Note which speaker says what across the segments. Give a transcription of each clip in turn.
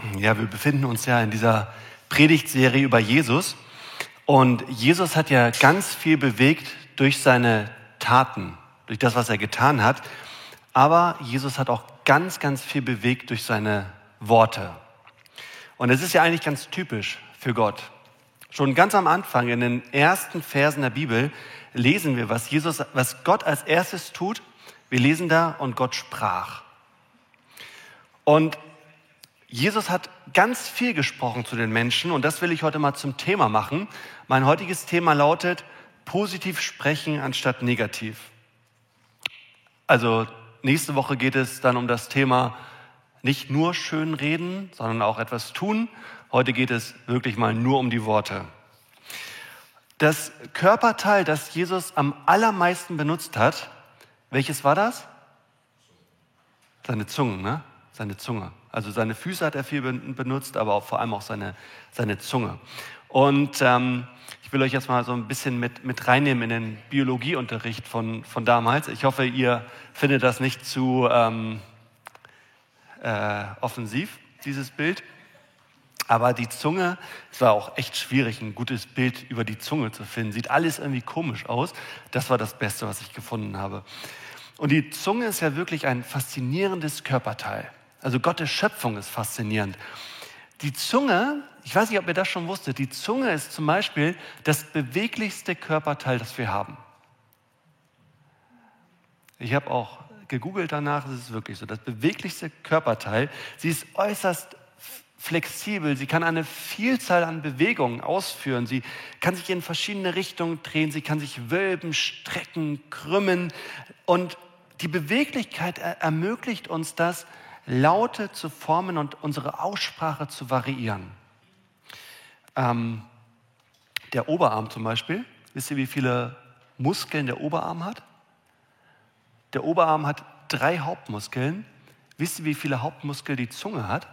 Speaker 1: Ja, wir befinden uns ja in dieser Predigtserie über Jesus. Und Jesus hat ja ganz viel bewegt durch seine Taten, durch das, was er getan hat. Aber Jesus hat auch ganz, ganz viel bewegt durch seine Worte. Und es ist ja eigentlich ganz typisch für Gott. Schon ganz am Anfang, in den ersten Versen der Bibel, lesen wir, was Gott als erstes tut. Wir lesen da, und Gott sprach. Und Jesus hat ganz viel gesprochen zu den Menschen, und das will ich heute mal zum Thema machen. Mein heutiges Thema lautet: positiv sprechen anstatt negativ. Also nächste Woche geht es dann um das Thema nicht nur schön reden, sondern auch etwas tun. Heute geht es wirklich mal nur um die Worte. Das Körperteil, das Jesus am allermeisten benutzt hat, welches war das? Seine Zunge, ne? Seine Zunge. Also seine Füße hat er viel benutzt, aber auch, vor allem auch seine Zunge. Und ich will euch jetzt mal so ein bisschen mit reinnehmen in den Biologieunterricht von damals. Ich hoffe, ihr findet das nicht zu offensiv, dieses Bild. Aber die Zunge, es war auch echt schwierig, ein gutes Bild über die Zunge zu finden. Sieht alles irgendwie komisch aus. Das war das Beste, was ich gefunden habe. Und die Zunge ist ja wirklich ein faszinierendes Körperteil. Also Gottes Schöpfung ist faszinierend. Die Zunge, ich weiß nicht, ob ihr das schon wusstet, die Zunge ist zum Beispiel das beweglichste Körperteil, das wir haben. Ich habe auch gegoogelt danach, es ist wirklich so, das beweglichste Körperteil. Sie ist äußerst flexibel, sie kann eine Vielzahl an Bewegungen ausführen, sie kann sich in verschiedene Richtungen drehen, sie kann sich wölben, strecken, krümmen, und die Beweglichkeit ermöglicht uns das, Laute zu formen und unsere Aussprache zu variieren. Der Oberarm zum Beispiel, wisst ihr, wie viele Muskeln der Oberarm hat? Der Oberarm hat 3 Hauptmuskeln. Wisst ihr, wie viele Hauptmuskeln die Zunge hat?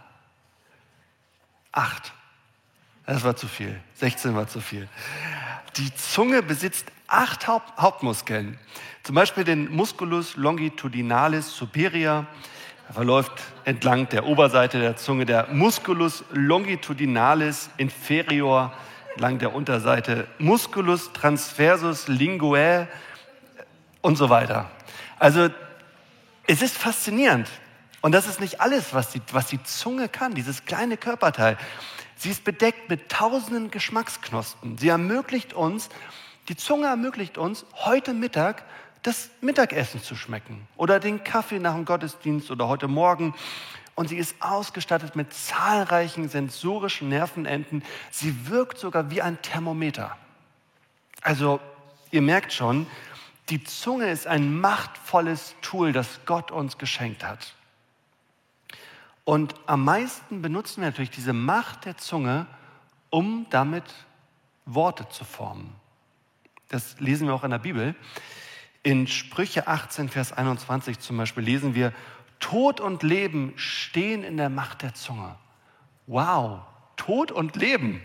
Speaker 1: 8. Das war zu viel. 16 war zu viel. Die Zunge besitzt 8 Hauptmuskeln. Zum Beispiel den Musculus longitudinalis superior. Er verläuft entlang der Oberseite der Zunge. Der Musculus longitudinalis inferior entlang der Unterseite. Musculus transversus linguae und so weiter. Also es ist faszinierend. Und das ist nicht alles, was die Zunge kann, dieses kleine Körperteil. Sie ist bedeckt mit tausenden Geschmacksknospen. Die Zunge ermöglicht uns, heute Mittag das Mittagessen zu schmecken oder den Kaffee nach dem Gottesdienst oder heute Morgen. Und sie ist ausgestattet mit zahlreichen sensorischen Nervenenden. Sie wirkt sogar wie ein Thermometer. Also ihr merkt schon, die Zunge ist ein machtvolles Tool, das Gott uns geschenkt hat. Und am meisten benutzen wir natürlich diese Macht der Zunge, um damit Worte zu formen. Das lesen wir auch in der Bibel. In Sprüche 18, Vers 21 zum Beispiel lesen wir: Tod und Leben stehen in der Macht der Zunge. Wow, Tod und Leben.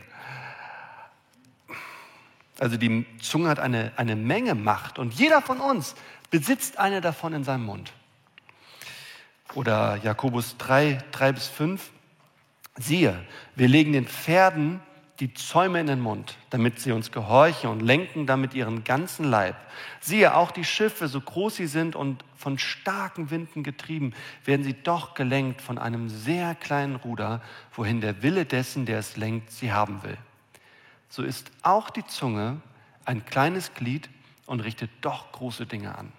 Speaker 1: Also die Zunge hat eine Menge Macht, und jeder von uns besitzt eine davon in seinem Mund. Oder Jakobus 3:3-5. Siehe, wir legen den Pferden die Zäume in den Mund, damit sie uns gehorchen, und lenken damit ihren ganzen Leib. Siehe, auch die Schiffe, so groß sie sind und von starken Winden getrieben, werden sie doch gelenkt von einem sehr kleinen Ruder, wohin der Wille dessen, der es lenkt, sie haben will. So ist auch die Zunge ein kleines Glied und richtet doch große Dinge an.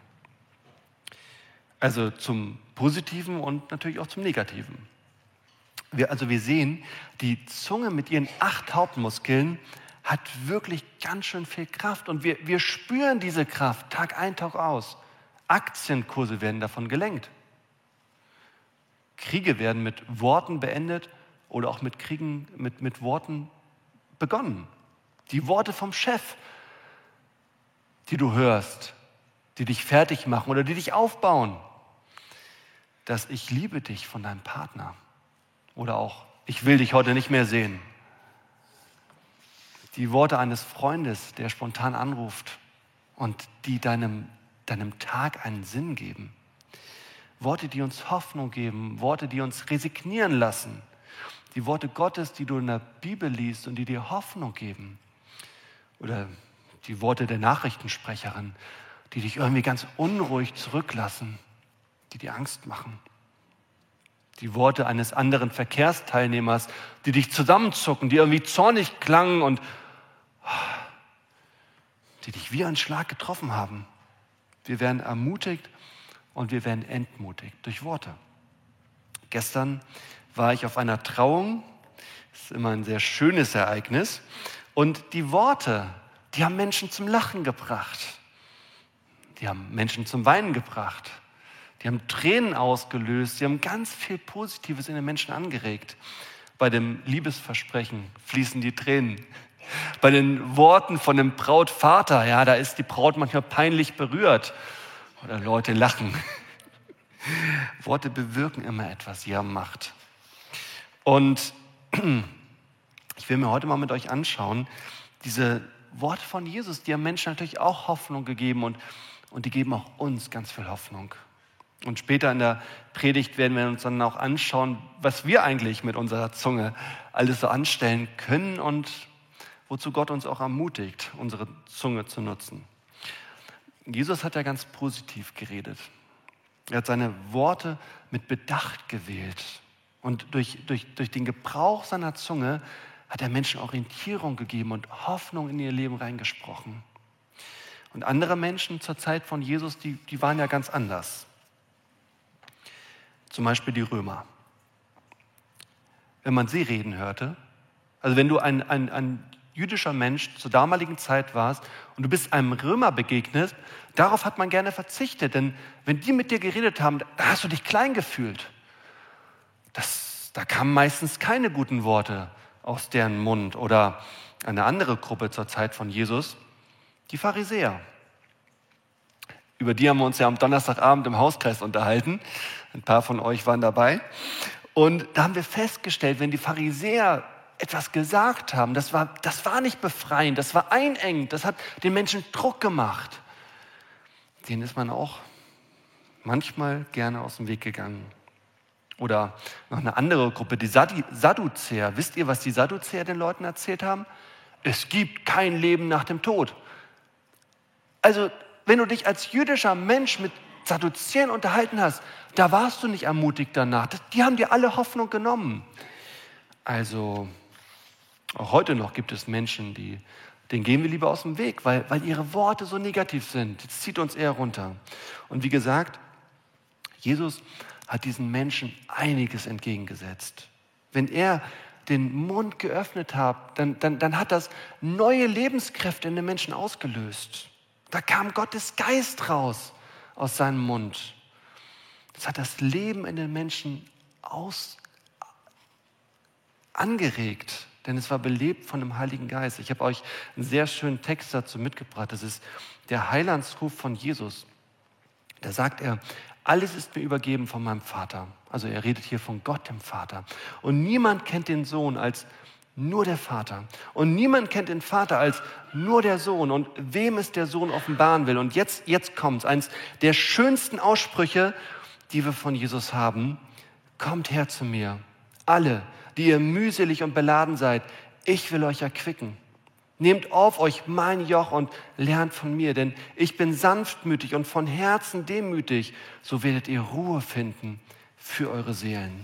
Speaker 1: Also zum Positiven und natürlich auch zum Negativen. Wir sehen, die Zunge mit ihren 8 Hauptmuskeln hat wirklich ganz schön viel Kraft, und wir spüren diese Kraft Tag ein, Tag aus. Aktienkurse werden davon gelenkt. Kriege werden mit Worten beendet oder auch mit Kriegen mit Worten begonnen. Die Worte vom Chef, die du hörst, die dich fertig machen oder die dich aufbauen. Das Ich liebe dich von deinem Partner. Oder auch, ich will dich heute nicht mehr sehen. Die Worte eines Freundes, der spontan anruft und die deinem Tag einen Sinn geben. Worte, die uns Hoffnung geben, Worte, die uns resignieren lassen. Die Worte Gottes, die du in der Bibel liest und die dir Hoffnung geben. Oder die Worte der Nachrichtensprecherin, die dich irgendwie ganz unruhig zurücklassen, die dir Angst machen. Die Worte eines anderen Verkehrsteilnehmers, die dich zusammenzucken, die irgendwie zornig klangen und die dich wie ein Schlag getroffen haben. Wir werden ermutigt und wir werden entmutigt durch Worte. Gestern war ich auf einer Trauung, das ist immer ein sehr schönes Ereignis, und die Worte, die haben Menschen zum Lachen gebracht, die haben Menschen zum Weinen gebracht, die haben Tränen ausgelöst, die haben ganz viel Positives in den Menschen angeregt. Bei dem Liebesversprechen fließen die Tränen. Bei den Worten von dem Brautvater, ja, da ist die Braut manchmal peinlich berührt oder Leute lachen. Worte bewirken immer etwas, sie haben Macht. Und ich will mir heute mal mit euch anschauen, diese Worte von Jesus, die haben Menschen natürlich auch Hoffnung gegeben und die geben auch uns ganz viel Hoffnung. Und später in der Predigt werden wir uns dann auch anschauen, was wir eigentlich mit unserer Zunge alles so anstellen können und wozu Gott uns auch ermutigt, unsere Zunge zu nutzen. Jesus hat ja ganz positiv geredet. Er hat seine Worte mit Bedacht gewählt. Und durch den Gebrauch seiner Zunge hat er Menschen Orientierung gegeben und Hoffnung in ihr Leben reingesprochen. Und andere Menschen zur Zeit von Jesus, die waren ja ganz anders. Zum Beispiel die Römer. Wenn man sie reden hörte, also wenn du ein jüdischer Mensch zur damaligen Zeit warst und du bist einem Römer begegnet, darauf hat man gerne verzichtet, denn wenn die mit dir geredet haben, da hast du dich klein gefühlt. Da kamen meistens keine guten Worte aus deren Mund. Oder eine andere Gruppe zur Zeit von Jesus, die Pharisäer. Über die haben wir uns ja am Donnerstagabend im Hauskreis unterhalten. Ein paar von euch waren dabei. Und da haben wir festgestellt, wenn die Pharisäer etwas gesagt haben, das war nicht befreiend, das war einengend, das hat den Menschen Druck gemacht. Denen ist man auch manchmal gerne aus dem Weg gegangen. Oder noch eine andere Gruppe, die Sadduzäer. Wisst ihr, was die Sadduzäer den Leuten erzählt haben? Es gibt kein Leben nach dem Tod. Also, wenn du dich als jüdischer Mensch mit Sadduzäern unterhalten hast, da warst du nicht ermutigt danach. Die haben dir alle Hoffnung genommen. Also, auch heute noch gibt es Menschen, denen gehen wir lieber aus dem Weg, weil ihre Worte so negativ sind. Das zieht uns eher runter. Und wie gesagt, Jesus hat diesen Menschen einiges entgegengesetzt. Wenn er den Mund geöffnet hat, dann hat das neue Lebenskräfte in den Menschen ausgelöst. Da kam Gottes Geist raus aus seinem Mund. Das hat das Leben in den Menschen angeregt, denn es war belebt von dem Heiligen Geist. Ich habe euch einen sehr schönen Text dazu mitgebracht. Das ist der Heilandsruf von Jesus. Da sagt er, alles ist mir übergeben von meinem Vater. Also er redet hier von Gott, dem Vater. Und niemand kennt den Sohn als nur der Vater. Und niemand kennt den Vater als nur der Sohn. Und wem es der Sohn offenbaren will. Und jetzt kommt es, eines der schönsten Aussprüche, die wir von Jesus haben. Kommt her zu mir, alle, die ihr mühselig und beladen seid. Ich will euch erquicken. Nehmt auf euch mein Joch und lernt von mir, denn ich bin sanftmütig und von Herzen demütig. So werdet ihr Ruhe finden für eure Seelen.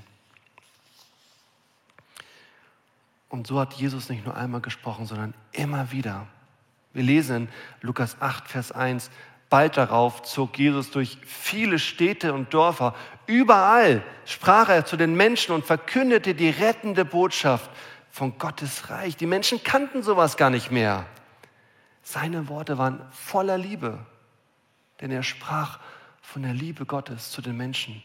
Speaker 1: Und so hat Jesus nicht nur einmal gesprochen, sondern immer wieder. Wir lesen in Lukas 8, Vers 1, bald darauf zog Jesus durch viele Städte und Dörfer. Überall sprach er zu den Menschen und verkündete die rettende Botschaft von Gottes Reich. Die Menschen kannten sowas gar nicht mehr. Seine Worte waren voller Liebe, denn er sprach von der Liebe Gottes zu den Menschen.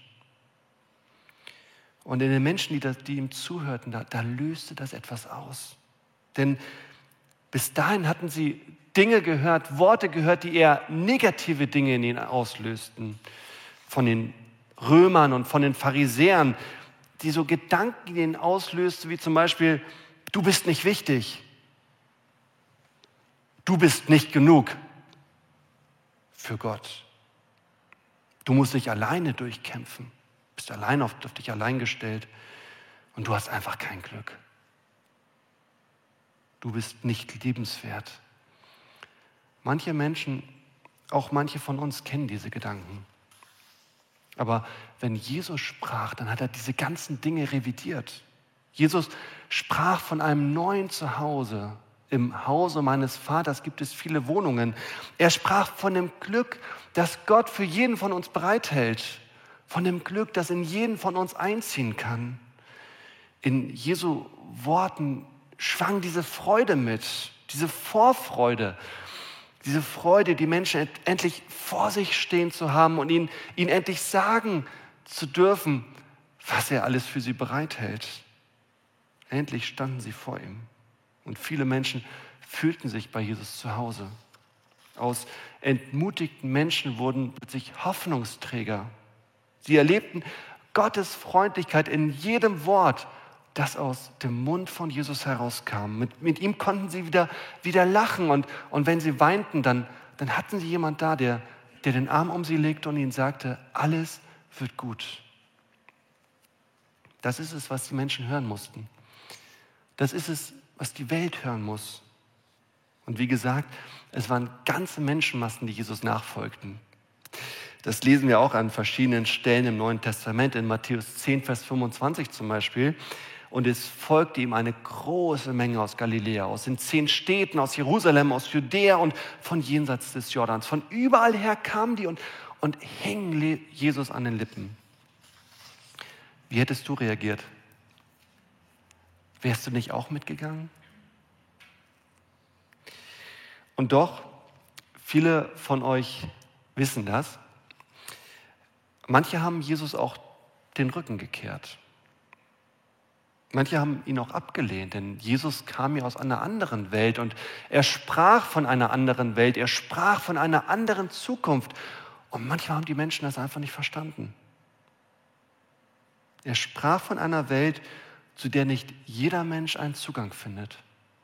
Speaker 1: Und in den Menschen, die ihm zuhörten, da löste das etwas aus. Denn bis dahin hatten sie Dinge gehört, Worte gehört, die eher negative Dinge in ihnen auslösten. Von den Römern und von den Pharisäern, die so Gedanken in ihnen auslösten, wie zum Beispiel, du bist nicht wichtig. Du bist nicht genug für Gott. Du musst dich alleine durchkämpfen. Du bist allein auf dich allein gestellt. und du hast einfach kein Glück. Du bist nicht liebenswert. Manche Menschen, auch manche von uns kennen diese Gedanken. Aber wenn Jesus sprach, dann hat er diese ganzen Dinge revidiert. Jesus sprach von einem neuen Zuhause. Im Hause meines Vaters gibt es viele Wohnungen. Er sprach von dem Glück, das Gott für jeden von uns bereithält. Von dem Glück, das in jeden von uns einziehen kann. In Jesu Worten schwang diese Freude mit, diese Vorfreude, diese Freude, die Menschen endlich vor sich stehen zu haben und ihnen endlich sagen zu dürfen, was er alles für sie bereithält. Endlich standen sie vor ihm. Und viele Menschen fühlten sich bei Jesus zu Hause. Aus entmutigten Menschen wurden plötzlich Hoffnungsträger. Sie erlebten Gottes Freundlichkeit in jedem Wort, das aus dem Mund von Jesus herauskam. Mit ihm konnten sie wieder lachen und wenn sie weinten, dann hatten sie jemand da, der den Arm um sie legte und ihnen sagte, alles wird gut. Das ist es, was die Menschen hören mussten. Das ist es, was die Welt hören muss. Und wie gesagt, es waren ganze Menschenmassen, die Jesus nachfolgten. Das lesen wir auch an verschiedenen Stellen im Neuen Testament, in Matthäus 10, Vers 25 zum Beispiel. Und es folgte ihm eine große Menge aus Galiläa, aus den 10 Städten, aus Jerusalem, aus Judäa und von jenseits des Jordans. Von überall her kamen die und hingen Jesus an den Lippen. Wie hättest du reagiert? Wärst du nicht auch mitgegangen? Und doch, viele von euch wissen das. Manche haben Jesus auch den Rücken gekehrt. Manche haben ihn auch abgelehnt, denn Jesus kam ja aus einer anderen Welt und er sprach von einer anderen Welt, er sprach von einer anderen Zukunft. Und manchmal haben die Menschen das einfach nicht verstanden. Er sprach von einer Welt, zu der nicht jeder Mensch einen Zugang findet.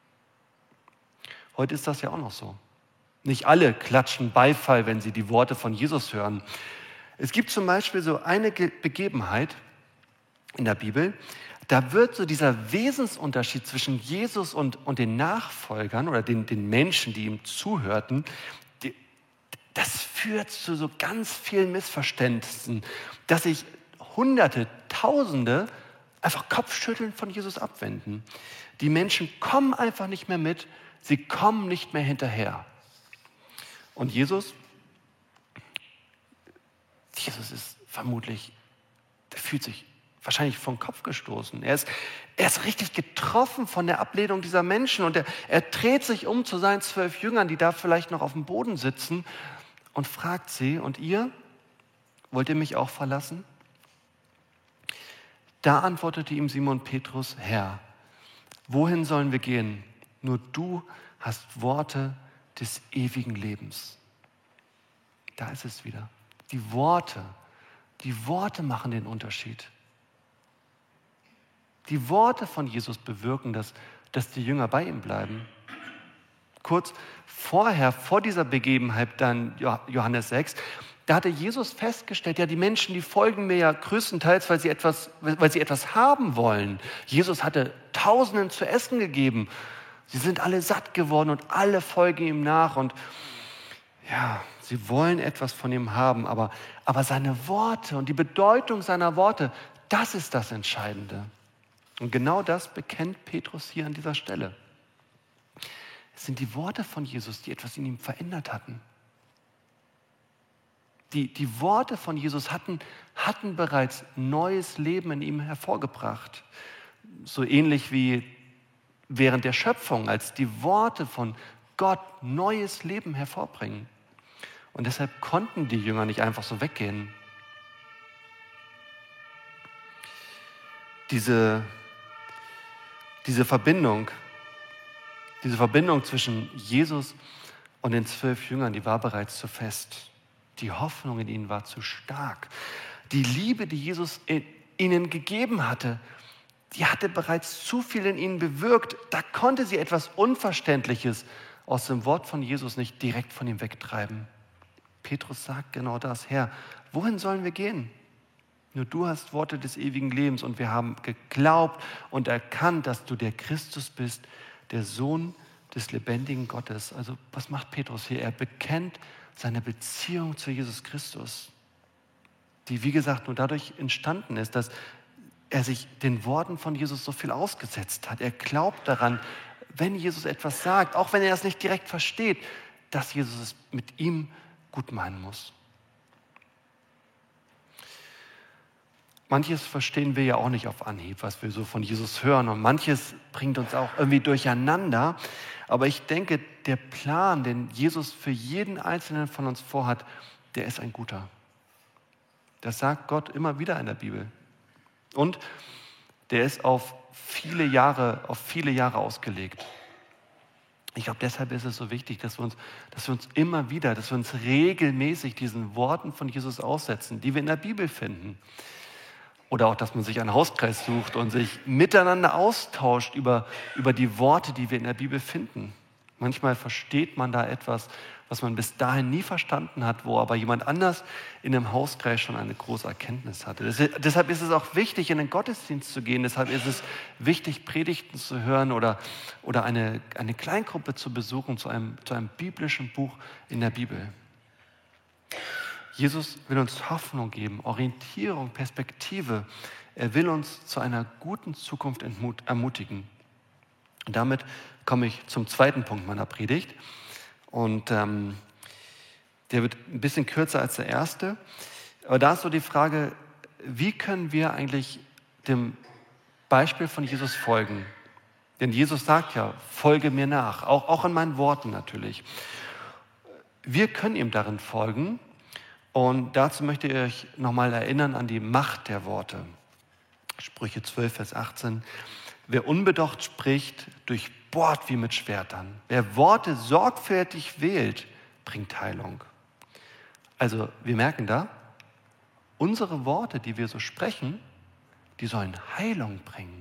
Speaker 1: Heute ist das ja auch noch so. Nicht alle klatschen Beifall, wenn sie die Worte von Jesus hören. Es gibt zum Beispiel so eine Begebenheit in der Bibel, da wird so dieser Wesensunterschied zwischen Jesus und den Nachfolgern oder den Menschen, die ihm zuhörten, das führt zu so ganz vielen Missverständnissen, dass sich Hunderte, Tausende einfach kopfschütteln von Jesus abwenden. Die Menschen kommen einfach nicht mehr mit, sie kommen nicht mehr hinterher. Und Jesus ist vermutlich, der fühlt sich wahrscheinlich vom Kopf gestoßen. Er ist richtig getroffen von der Ablehnung dieser Menschen und er dreht sich um zu seinen 12 Jüngern, die da vielleicht noch auf dem Boden sitzen und fragt sie, und ihr, wollt ihr mich auch verlassen? Da antwortete ihm Simon Petrus, Herr, wohin sollen wir gehen? Nur du hast Worte des ewigen Lebens. Da ist es wieder. Die Worte machen den Unterschied. Die Worte von Jesus bewirken, dass die Jünger bei ihm bleiben. Kurz vorher, vor dieser Begebenheit, dann Johannes 6, da hatte Jesus festgestellt, ja, die Menschen, die folgen mir ja größtenteils, weil sie etwas haben wollen. Jesus hatte Tausenden zu essen gegeben. Sie sind alle satt geworden und alle folgen ihm nach. Und ja, sie wollen etwas von ihm haben. Aber seine Worte und die Bedeutung seiner Worte, das ist das Entscheidende. Und genau das bekennt Petrus hier an dieser Stelle. Es sind die Worte von Jesus, die etwas in ihm verändert hatten. Die Worte von Jesus hatten bereits neues Leben in ihm hervorgebracht. So ähnlich wie während der Schöpfung, als die Worte von Gott neues Leben hervorbringen. Und deshalb konnten die Jünger nicht einfach so weggehen. Diese Verbindung zwischen Jesus und den 12 Jüngern, die war bereits zu fest. Die Hoffnung in ihnen war zu stark. Die Liebe, die Jesus ihnen gegeben hatte, die hatte bereits zu viel in ihnen bewirkt. Da konnte sie etwas Unverständliches aus dem Wort von Jesus nicht direkt von ihm wegtreiben. Petrus sagt genau das, Herr, wohin sollen wir gehen? Nur du hast Worte des ewigen Lebens und wir haben geglaubt und erkannt, dass du der Christus bist, der Sohn des lebendigen Gottes. Also was macht Petrus hier? Er bekennt seine Beziehung zu Jesus Christus, die wie gesagt nur dadurch entstanden ist, dass er sich den Worten von Jesus so viel ausgesetzt hat. Er glaubt daran, wenn Jesus etwas sagt, auch wenn er es nicht direkt versteht, dass Jesus es mit ihm gut meinen muss. Manches verstehen wir ja auch nicht auf Anhieb, was wir so von Jesus hören. Und manches bringt uns auch irgendwie durcheinander. Aber ich denke, der Plan, den Jesus für jeden Einzelnen von uns vorhat, der ist ein guter. Das sagt Gott immer wieder in der Bibel. Und der ist auf viele Jahre ausgelegt. Ich glaube, deshalb ist es so wichtig, dass wir uns regelmäßig diesen Worten von Jesus aussetzen, die wir in der Bibel finden. Oder auch, dass man sich einen Hauskreis sucht und sich miteinander austauscht über die Worte, die wir in der Bibel finden. Manchmal versteht man da etwas, was man bis dahin nie verstanden hat, wo aber jemand anders in einem Hauskreis schon eine große Erkenntnis hatte. Deshalb ist es auch wichtig, in den Gottesdienst zu gehen. Deshalb ist es wichtig, Predigten zu hören oder eine Kleingruppe zu besuchen zu einem biblischen Buch in der Bibel. Jesus will uns Hoffnung geben, Orientierung, Perspektive. Er will uns zu einer guten Zukunft ermutigen. Und damit komme ich zum zweiten Punkt meiner Predigt. Und der wird ein bisschen kürzer als der erste. Aber da ist so die Frage, wie können wir eigentlich dem Beispiel von Jesus folgen? Denn Jesus sagt ja, folge mir nach, auch in meinen Worten natürlich. Wir können ihm darin folgen. Und dazu möchte ich euch nochmal erinnern an die Macht der Worte. Sprüche 12, Vers 18. Wer unbedacht spricht, durchbohrt wie mit Schwertern. Wer Worte sorgfältig wählt, bringt Heilung. Also wir merken da, unsere Worte, die wir so sprechen, die sollen Heilung bringen.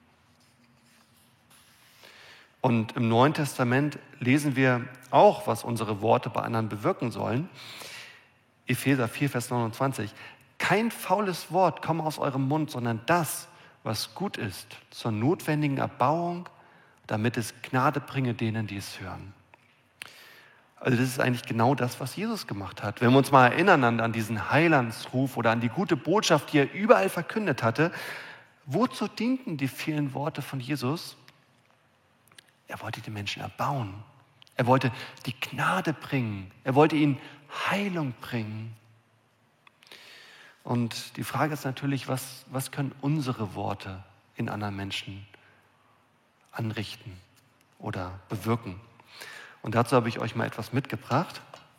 Speaker 1: Und im Neuen Testament lesen wir auch, was unsere Worte bei anderen bewirken sollen. Epheser 4, Vers 29. Kein faules Wort komme aus eurem Mund, sondern das, was gut ist, zur notwendigen Erbauung, damit es Gnade bringe denen, die es hören. Also das ist eigentlich genau das, was Jesus gemacht hat. Wenn wir uns mal erinnern an diesen Heilandsruf oder an die gute Botschaft, die er überall verkündet hatte, wozu dienten die vielen Worte von Jesus? Er wollte die Menschen erbauen. Er wollte die Gnade bringen. Er wollte ihnen Heilung bringen. Und die Frage ist natürlich, was können unsere Worte in anderen Menschen anrichten oder bewirken? Und dazu habe ich euch mal etwas mitgebracht.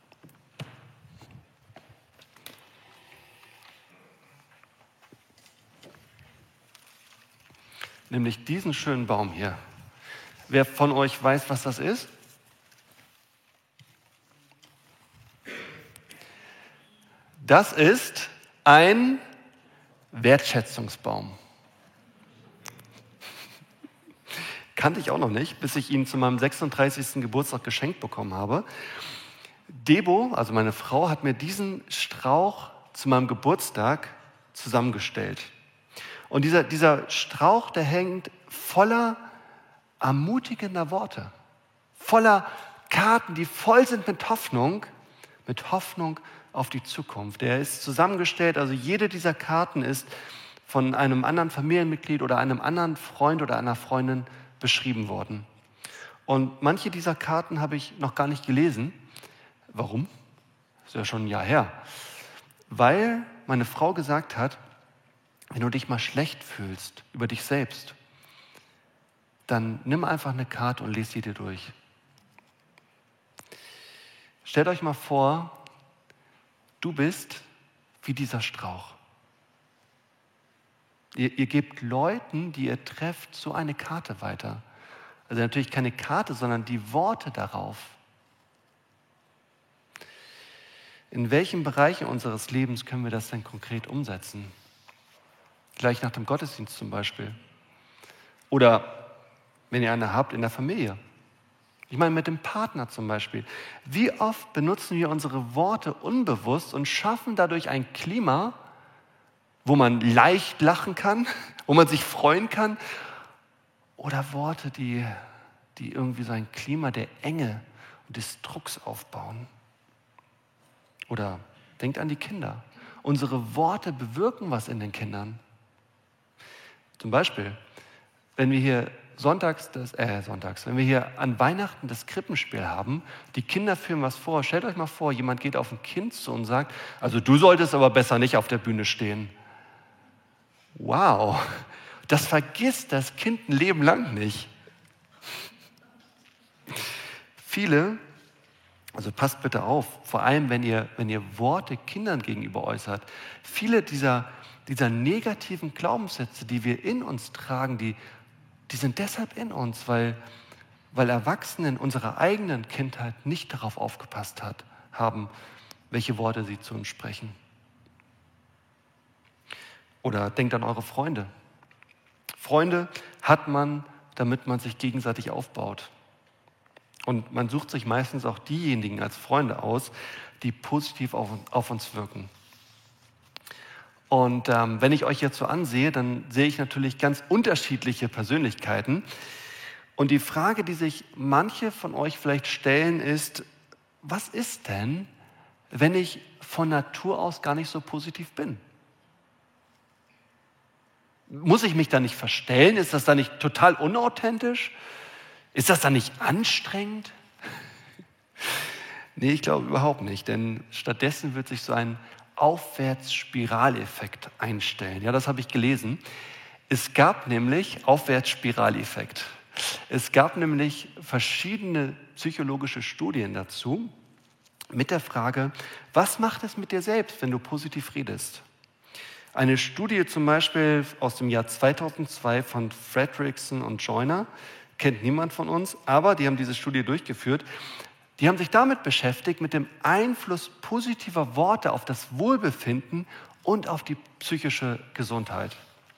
Speaker 1: Nämlich diesen schönen Baum hier. Wer von euch weiß, was das ist? Das ist ein Wertschätzungsbaum. Kannte ich auch noch nicht, bis ich ihn zu meinem 36. Geburtstag geschenkt bekommen habe. Debo, also meine Frau, hat mir diesen Strauch zu meinem Geburtstag zusammengestellt. Und dieser Strauch, der hängt voller ermutigender Worte, voller Karten, die voll sind mit Hoffnung auf die Zukunft. Der ist zusammengestellt, also jede dieser Karten ist von einem anderen Familienmitglied oder einem anderen Freund oder einer Freundin beschrieben worden. Und manche dieser Karten habe ich noch gar nicht gelesen. Warum? Das ist ja schon ein Jahr her. Weil meine Frau gesagt hat, wenn du dich mal schlecht fühlst über dich selbst, dann nimm einfach eine Karte und lese sie dir durch. Stellt euch mal vor, du bist wie dieser Strauch. Ihr gebt Leuten, die ihr trefft, so eine Karte weiter. Also natürlich keine Karte, sondern die Worte darauf. In welchen Bereichen unseres Lebens können wir das denn konkret umsetzen? Gleich nach dem Gottesdienst zum Beispiel. Oder wenn ihr eine habt in der Familie. Ich meine mit dem Partner zum Beispiel. Wie oft benutzen wir unsere Worte unbewusst und schaffen dadurch ein Klima, wo man leicht lachen kann, wo man sich freuen kann? Oder Worte, die irgendwie so ein Klima der Enge und des Drucks aufbauen? Oder denkt an die Kinder. Unsere Worte bewirken was in den Kindern. Zum Beispiel, wenn wir hier wenn wir hier an Weihnachten das Krippenspiel haben, die Kinder führen was vor. Stellt euch mal vor, jemand geht auf ein Kind zu und sagt, also du solltest aber besser nicht auf der Bühne stehen. Wow, das vergisst das Kind ein Leben lang nicht. Viele, also passt bitte auf, vor allem wenn ihr Worte Kindern gegenüber äußert, viele dieser negativen Glaubenssätze, die wir in uns tragen, die sind deshalb in uns, weil Erwachsene in unserer eigenen Kindheit nicht darauf aufgepasst haben, welche Worte sie zu uns sprechen. Oder denkt an eure Freunde. Freunde hat man, damit man sich gegenseitig aufbaut. Und man sucht sich meistens auch diejenigen als Freunde aus, die positiv auf uns wirken. Und wenn ich euch jetzt so ansehe, dann sehe ich natürlich ganz unterschiedliche Persönlichkeiten. Und die Frage, die sich manche von euch vielleicht stellen, ist, was ist denn, wenn ich von Natur aus gar nicht so positiv bin? Muss ich mich da nicht verstellen? Ist das da nicht total unauthentisch? Ist das da nicht anstrengend? Nee, ich glaube überhaupt nicht, denn stattdessen wird sich so ein Aufwärtsspiraleffekt einstellen. Ja, das habe ich gelesen. Es gab nämlich Aufwärtsspiraleffekt. Es gab nämlich verschiedene psychologische Studien dazu mit der Frage, was macht es mit dir selbst, wenn du positiv redest? Eine Studie zum Beispiel aus dem Jahr 2002 von Fredrickson und Joyner, kennt niemand von uns, aber die haben diese Studie durchgeführt. Die haben sich damit beschäftigt, mit dem Einfluss positiver Worte auf das Wohlbefinden und auf die psychische Gesundheit.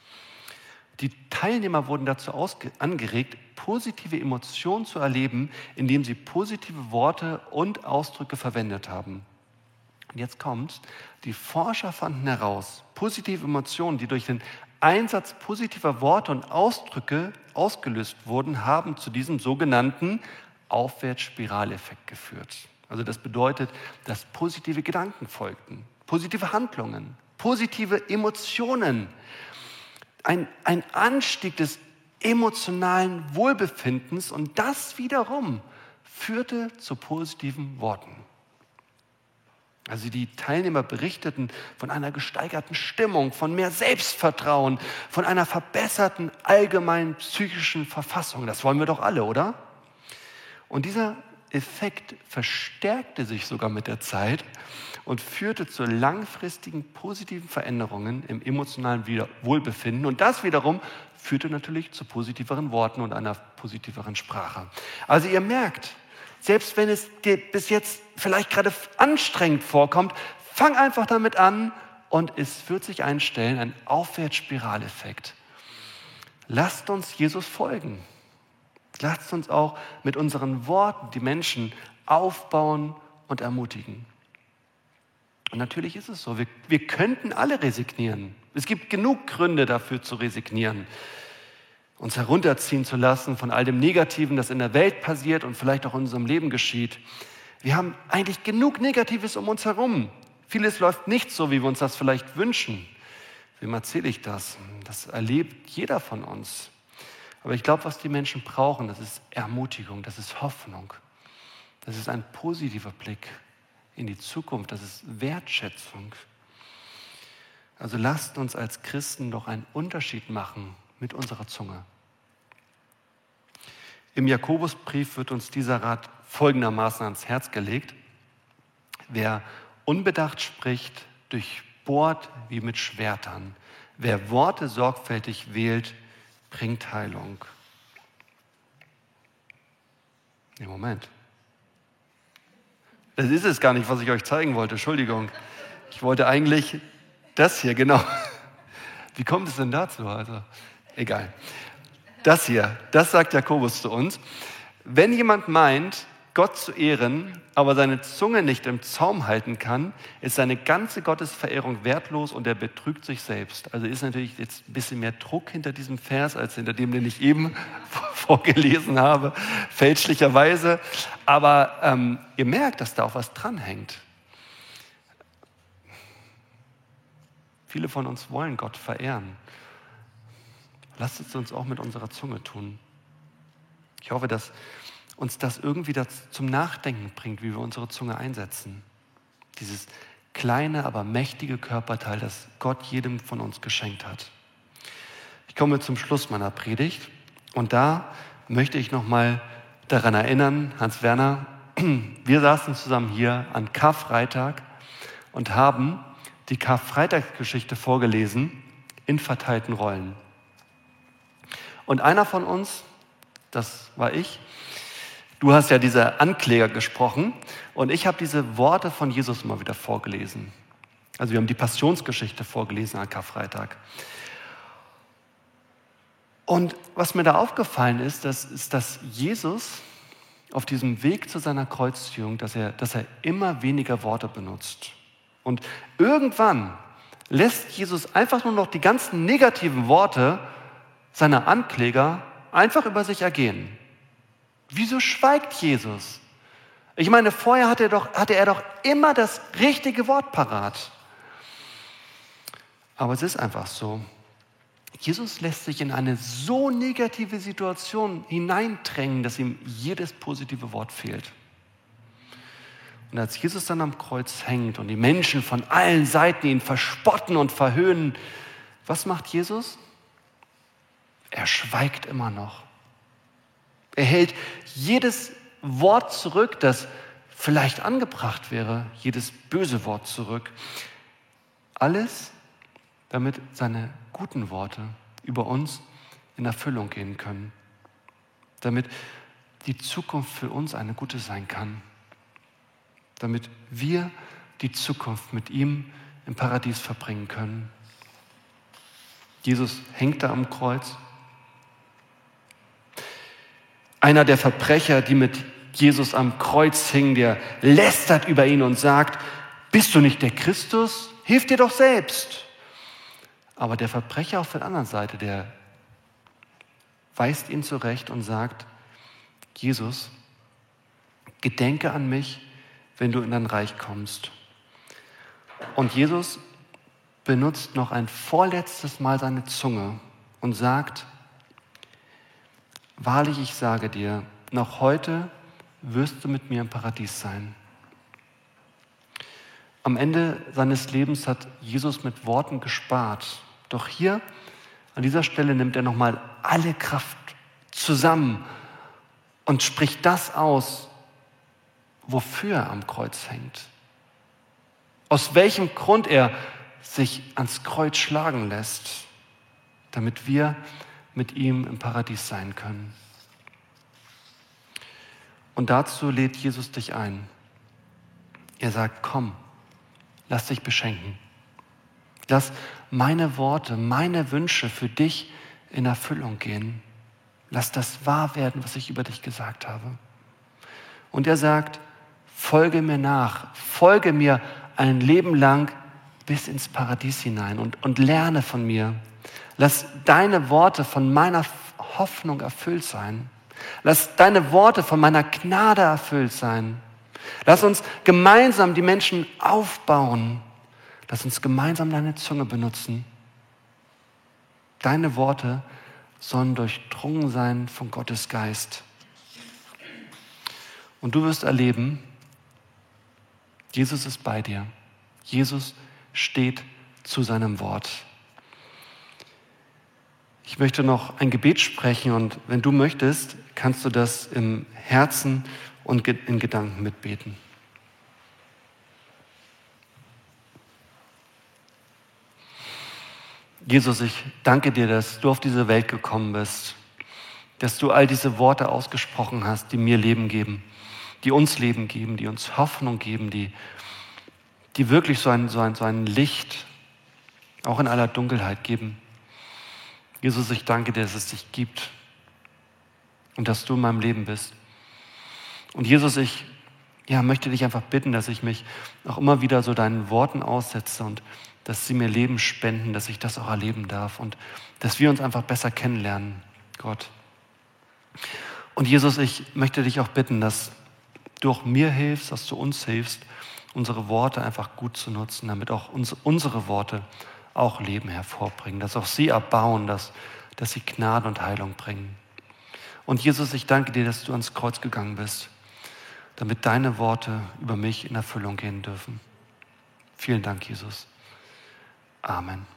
Speaker 1: Die Teilnehmer wurden dazu angeregt, positive Emotionen zu erleben, indem sie positive Worte und Ausdrücke verwendet haben. Und jetzt kommt's. Die Forscher fanden heraus, positive Emotionen, die durch den Einsatz positiver Worte und Ausdrücke ausgelöst wurden, haben zu diesem sogenannten Aufwärtsspiraleffekt geführt. Also das bedeutet, dass positive Gedanken folgten, positive Handlungen, positive Emotionen, ein Anstieg des emotionalen Wohlbefindens und das wiederum führte zu positiven Worten. Also die Teilnehmer berichteten von einer gesteigerten Stimmung, von mehr Selbstvertrauen, von einer verbesserten allgemeinen psychischen Verfassung. Das wollen wir doch alle, oder? Und dieser Effekt verstärkte sich sogar mit der Zeit und führte zu langfristigen positiven Veränderungen im emotionalen Wohlbefinden. Und das wiederum führte natürlich zu positiveren Worten und einer positiveren Sprache. Also ihr merkt, selbst wenn es dir bis jetzt vielleicht gerade anstrengend vorkommt, fang einfach damit an und es wird sich einstellen, ein Aufwärtsspiraleffekt. Lasst uns Jesus folgen. Lasst uns auch mit unseren Worten die Menschen aufbauen und ermutigen. Und natürlich ist es so, wir könnten alle resignieren. Es gibt genug Gründe dafür zu resignieren, uns herunterziehen zu lassen von all dem Negativen, das in der Welt passiert und vielleicht auch in unserem Leben geschieht. Wir haben eigentlich genug Negatives um uns herum. Vieles läuft nicht so, wie wir uns das vielleicht wünschen. Wem erzähle ich das? Das erlebt jeder von uns. Aber ich glaube, was die Menschen brauchen, das ist Ermutigung, das ist Hoffnung. Das ist ein positiver Blick in die Zukunft, das ist Wertschätzung. Also lasst uns als Christen doch einen Unterschied machen mit unserer Zunge. Im Jakobusbrief wird uns dieser Rat folgendermaßen ans Herz gelegt. Wer unbedacht spricht, durchbohrt wie mit Schwertern. Wer Worte sorgfältig wählt, bringt Heilung. Nee, Moment. Das ist es gar nicht, was ich euch zeigen wollte. Entschuldigung. Ich wollte eigentlich das hier, genau. Wie kommt es denn dazu? Also, egal. Das hier, das sagt Jakobus zu uns. Wenn jemand meint, Gott zu ehren, aber seine Zunge nicht im Zaum halten kann, ist seine ganze Gottesverehrung wertlos und er betrügt sich selbst. Also ist natürlich jetzt ein bisschen mehr Druck hinter diesem Vers, als hinter dem, den ich eben vorgelesen habe, fälschlicherweise. Aber ihr merkt, dass da auch was dranhängt. Viele von uns wollen Gott verehren. Lasst es uns auch mit unserer Zunge tun. Ich hoffe, dass uns das irgendwie zum Nachdenken bringt, wie wir unsere Zunge einsetzen. Dieses kleine, aber mächtige Körperteil, das Gott jedem von uns geschenkt hat. Ich komme zum Schluss meiner Predigt und da möchte ich nochmal daran erinnern, Hans-Werner, wir saßen zusammen hier an Karfreitag und haben die Karfreitagsgeschichte vorgelesen in verteilten Rollen. Und einer von uns, das war ich, du hast ja diese Ankläger gesprochen und ich habe diese Worte von Jesus mal wieder vorgelesen. Also wir haben die Passionsgeschichte vorgelesen an Karfreitag. Und was mir da aufgefallen ist, dass Jesus auf diesem Weg zu seiner Kreuzigung, dass er immer weniger Worte benutzt. Und irgendwann lässt Jesus einfach nur noch die ganzen negativen Worte seiner Ankläger einfach über sich ergehen. Wieso schweigt Jesus? Ich meine, vorher hatte er doch immer das richtige Wort parat. Aber es ist einfach so. Jesus lässt sich in eine so negative Situation hineindrängen, dass ihm jedes positive Wort fehlt. Und als Jesus dann am Kreuz hängt und die Menschen von allen Seiten ihn verspotten und verhöhnen, was macht Jesus? Er schweigt immer noch. Er hält jedes Wort zurück, das vielleicht angebracht wäre, jedes böse Wort zurück. Alles, damit seine guten Worte über uns in Erfüllung gehen können. Damit die Zukunft für uns eine gute sein kann. Damit wir die Zukunft mit ihm im Paradies verbringen können. Jesus hängt da am Kreuz. Einer der Verbrecher, die mit Jesus am Kreuz hingen, der lästert über ihn und sagt, bist du nicht der Christus? Hilf dir doch selbst. Aber der Verbrecher auf der anderen Seite, der weist ihn zurecht und sagt, Jesus, gedenke an mich, wenn du in dein Reich kommst. Und Jesus benutzt noch ein vorletztes Mal seine Zunge und sagt, wahrlich, ich sage dir, noch heute wirst du mit mir im Paradies sein. Am Ende seines Lebens hat Jesus mit Worten gespart. Doch hier, an dieser Stelle, nimmt er nochmal alle Kraft zusammen und spricht das aus, wofür er am Kreuz hängt. Aus welchem Grund er sich ans Kreuz schlagen lässt, damit wir mit ihm im Paradies sein können. Und dazu lädt Jesus dich ein. Er sagt, komm, lass dich beschenken. Lass meine Worte, meine Wünsche für dich in Erfüllung gehen. Lass das wahr werden, was ich über dich gesagt habe. Und er sagt, folge mir nach, folge mir ein Leben lang bis ins Paradies hinein und lerne von mir. Lass deine Worte von meiner Hoffnung erfüllt sein. Lass deine Worte von meiner Gnade erfüllt sein. Lass uns gemeinsam die Menschen aufbauen. Lass uns gemeinsam deine Zunge benutzen. Deine Worte sollen durchdrungen sein von Gottes Geist. Und du wirst erleben, Jesus ist bei dir. Jesus steht zu seinem Wort. Ich möchte noch ein Gebet sprechen und wenn du möchtest, kannst du das im Herzen und in Gedanken mitbeten. Jesus, ich danke dir, dass du auf diese Welt gekommen bist, dass du all diese Worte ausgesprochen hast, die mir Leben geben, die uns Leben geben, die uns Hoffnung geben, die wirklich so ein Licht auch in aller Dunkelheit geben. Jesus, ich danke dir, dass es dich gibt und dass du in meinem Leben bist. Und Jesus, ich möchte dich einfach bitten, dass ich mich auch immer wieder so deinen Worten aussetze und dass sie mir Leben spenden, dass ich das auch erleben darf und dass wir uns einfach besser kennenlernen, Gott. Und Jesus, ich möchte dich auch bitten, dass du auch mir hilfst, dass du uns hilfst, unsere Worte einfach gut zu nutzen, damit auch unsere Worte auch Leben hervorbringen, dass auch sie erbauen, dass sie Gnade und Heilung bringen. Und Jesus, ich danke dir, dass du ans Kreuz gegangen bist, damit deine Worte über mich in Erfüllung gehen dürfen. Vielen Dank, Jesus. Amen.